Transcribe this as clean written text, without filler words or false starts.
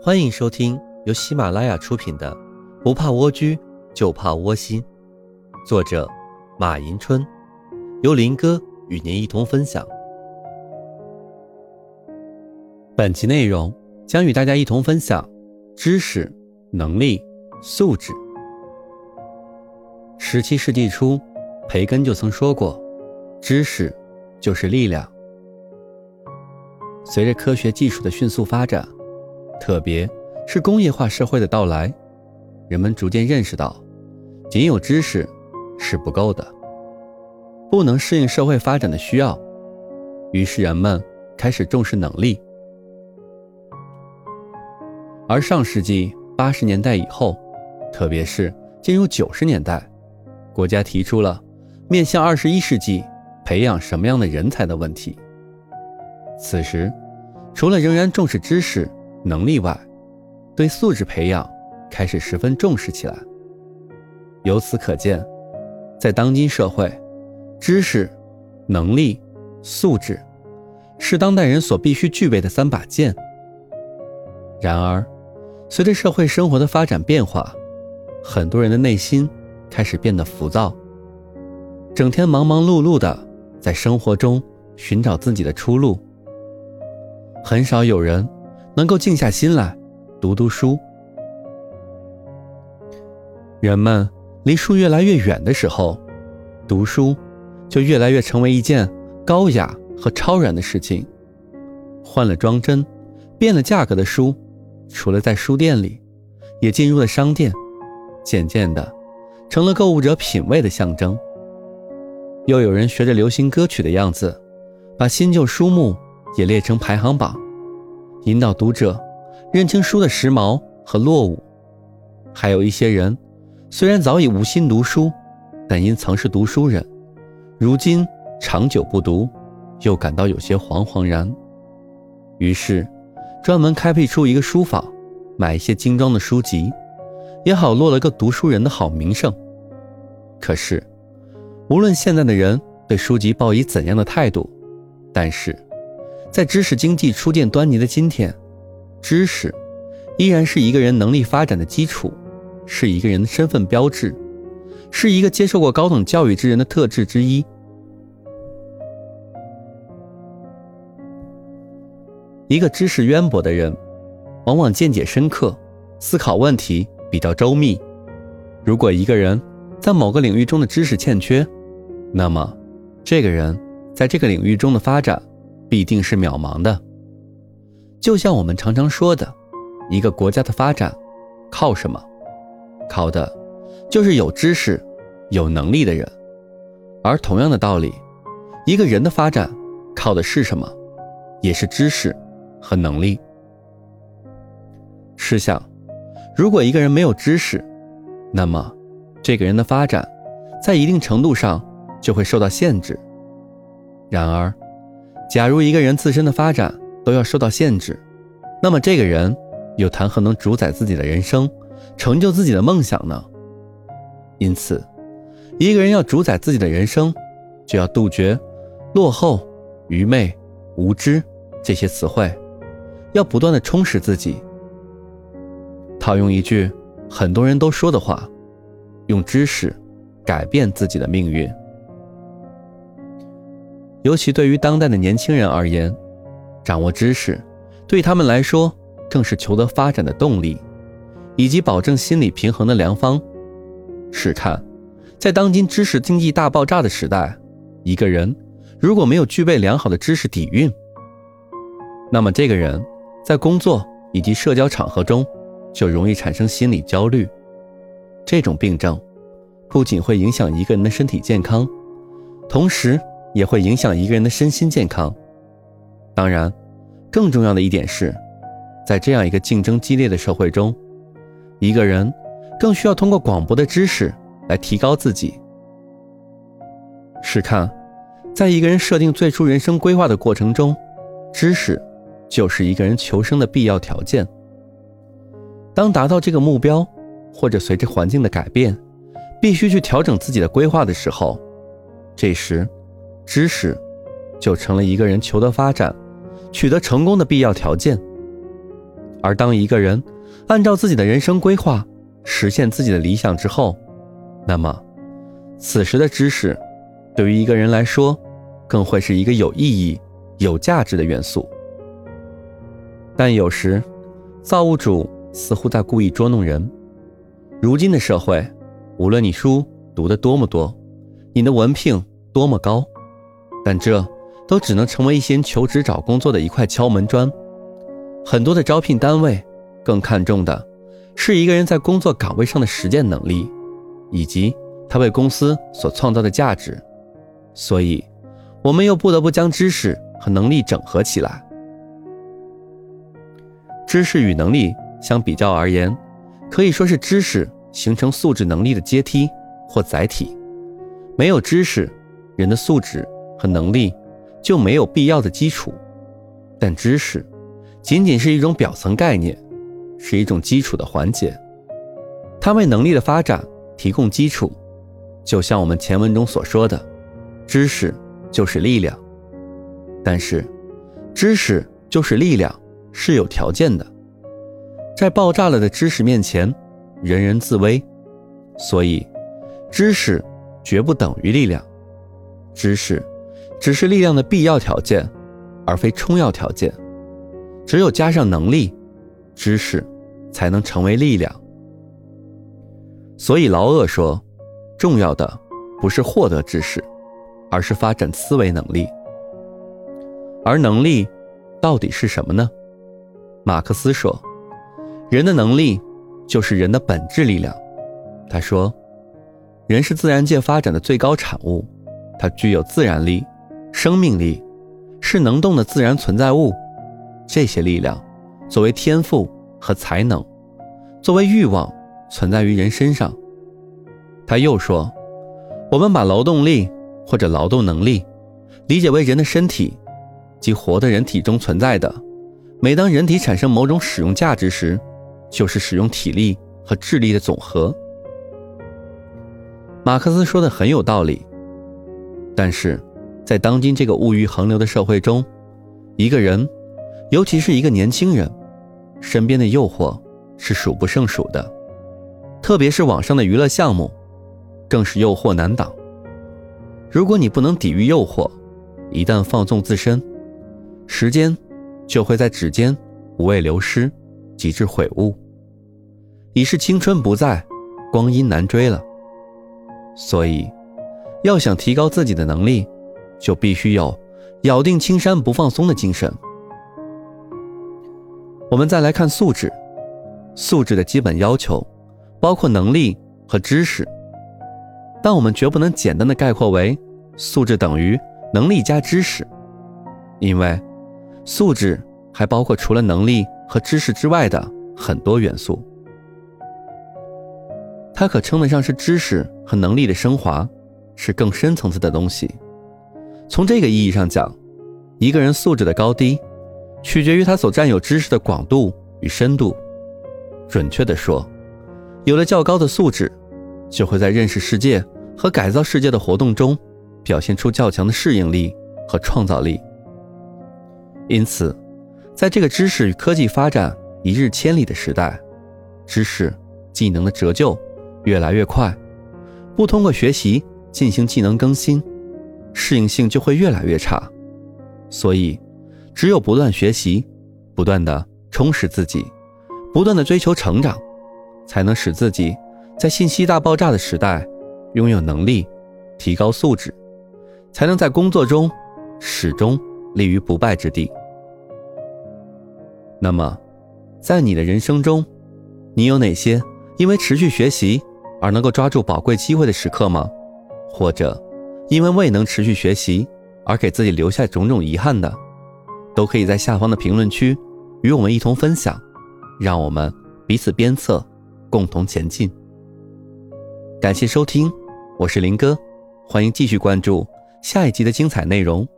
欢迎收听由喜马拉雅出品的《不怕蜗居就怕窝心》，作者马迎春，由林哥与您一同分享。本集内容将与大家一同分享知识、能力、素质。17世纪初，培根就曾说过，知识就是力量。随着科学技术的迅速发展，特别是工业化社会的到来，人们逐渐认识到，仅有知识是不够的，不能适应社会发展的需要，于是人们开始重视能力。而上世纪80年代以后，特别是进入90年代，国家提出了面向21世纪培养什么样的人才的问题。此时，除了仍然重视知识、能力外，对素质培养开始十分重视起来。由此可见，在当今社会，知识、能力、素质是当代人所必须具备的3把剑。然而，随着社会生活的发展变化，很多人的内心开始变得浮躁，整天忙忙碌碌的在生活中寻找自己的出路。很少有人能够静下心来读读书。人们离书越来越远的时候，读书就越来越成为一件高雅和超然的事情。换了装帧、变了价格的书，除了在书店里，也进入了商店，渐渐的成了购物者品味的象征。又有人学着流行歌曲的样子，把新旧书目也列成排行榜，引导读者认清书的时髦和落伍。还有一些人虽然早已无心读书，但因曾是读书人，如今长久不读，又感到有些惶惶然，于是专门开辟出一个书坊，买一些精装的书籍，也好落了个读书人的好名声。可是无论现在的人对书籍抱以怎样的态度，但是在知识经济初见端倪的今天，知识依然是一个人能力发展的基础，是一个人的身份标志，是一个接受过高等教育之人的特质之一。一个知识渊博的人，往往见解深刻，思考问题比较周密。如果一个人在某个领域中的知识欠缺，那么这个人在这个领域中的发展必定是渺茫的。就像我们常常说的，一个国家的发展靠什么？靠的就是有知识、有能力的人。而同样的道理，一个人的发展靠的是什么？也是知识和能力。试想，如果一个人没有知识，那么这个人的发展在一定程度上就会受到限制。然而，假如一个人自身的发展都要受到限制，那么这个人又谈何能主宰自己的人生，成就自己的梦想呢？因此，一个人要主宰自己的人生，就要杜绝落后、愚昧、无知这些词汇，要不断地充实自己。套用一句很多人都说的话，用知识改变自己的命运。尤其对于当代的年轻人而言，掌握知识对他们来说更是求得发展的动力，以及保证心理平衡的良方。试看，在当今知识经济大爆炸的时代，一个人如果没有具备良好的知识底蕴，那么这个人在工作以及社交场合中就容易产生心理焦虑。这种病症不仅会影响一个人的身体健康，同时也会影响一个人的身心健康。当然，更重要的一点是，在这样一个竞争激烈的社会中，一个人更需要通过广博的知识来提高自己。试看，在一个人设定最初人生规划的过程中，知识就是一个人求生的必要条件。当达到这个目标，或者随着环境的改变，必须去调整自己的规划的时候，这时知识就成了一个人求得发展、取得成功的必要条件。 而当一个人按照自己的人生规划实现自己的理想之后，那么此时的知识对于一个人来说更会是一个有意义、有价值的元素。但有时造物主似乎在故意捉弄人。如今的社会，无论你书读得多么多，你的文凭多么高，但这都只能成为一些求职找工作的一块敲门砖。很多的招聘单位更看重的是一个人在工作岗位上的实践能力，以及他为公司所创造的价值。所以我们又不得不将知识和能力整合起来。知识与能力相比较而言，可以说是知识形成素质能力的阶梯或载体。没有知识，人的素质和能力就没有必要的基础。但知识仅仅是一种表层概念，是一种基础的环节，它为能力的发展提供基础。就像我们前文中所说的，知识就是力量。但是知识就是力量是有条件的，在爆炸了的知识面前，人人自危。所以知识绝不等于力量，知识只是力量的必要条件，而非充要条件。只有加上能力，知识才能成为力量。所以劳厄说，重要的不是获得知识，而是发展思维能力。而能力到底是什么呢？马克思说，人的能力就是人的本质力量。他说，人是自然界发展的最高产物，它具有自然力、生命力，是能动的自然存在物。这些力量作为天赋和才能，作为欲望存在于人身上。他又说，我们把劳动力或者劳动能力理解为人的身体即活的人体中存在的，每当人体产生某种使用价值时，就是使用体力和智力的总和。马克思说的很有道理，但是在当今这个物欲横流的社会中，一个人，尤其是一个年轻人，身边的诱惑是数不胜数的，特别是网上的娱乐项目，更是诱惑难挡。如果你不能抵御诱惑，一旦放纵自身，时间就会在指尖无谓流失，极致悔悟，已是青春不在，光阴难追了。所以要想提高自己的能力，就必须有咬定青山不放松的精神。我们再来看素质。素质的基本要求包括能力和知识，但我们绝不能简单的概括为素质等于能力加知识，因为素质还包括除了能力和知识之外的很多元素。它可称得上是知识和能力的升华，是更深层次的东西。从这个意义上讲，一个人素质的高低取决于他所占有知识的广度与深度。准确地说，有了较高的素质，就会在认识世界和改造世界的活动中表现出较强的适应力和创造力。因此，在这个知识与科技发展一日千里的时代，知识技能的折旧越来越快，不通过学习进行技能更新，适应性就会越来越差。所以只有不断学习，不断地充实自己，不断地追求成长，才能使自己在信息大爆炸的时代拥有能力，提高素质，才能在工作中始终立于不败之地。那么在你的人生中，你有哪些因为持续学习而能够抓住宝贵机会的时刻吗？或者因为未能持续学习而给自己留下种种遗憾的，都可以在下方的评论区与我们一同分享，让我们彼此鞭策，共同前进。感谢收听，我是林哥，欢迎继续关注下一集的精彩内容。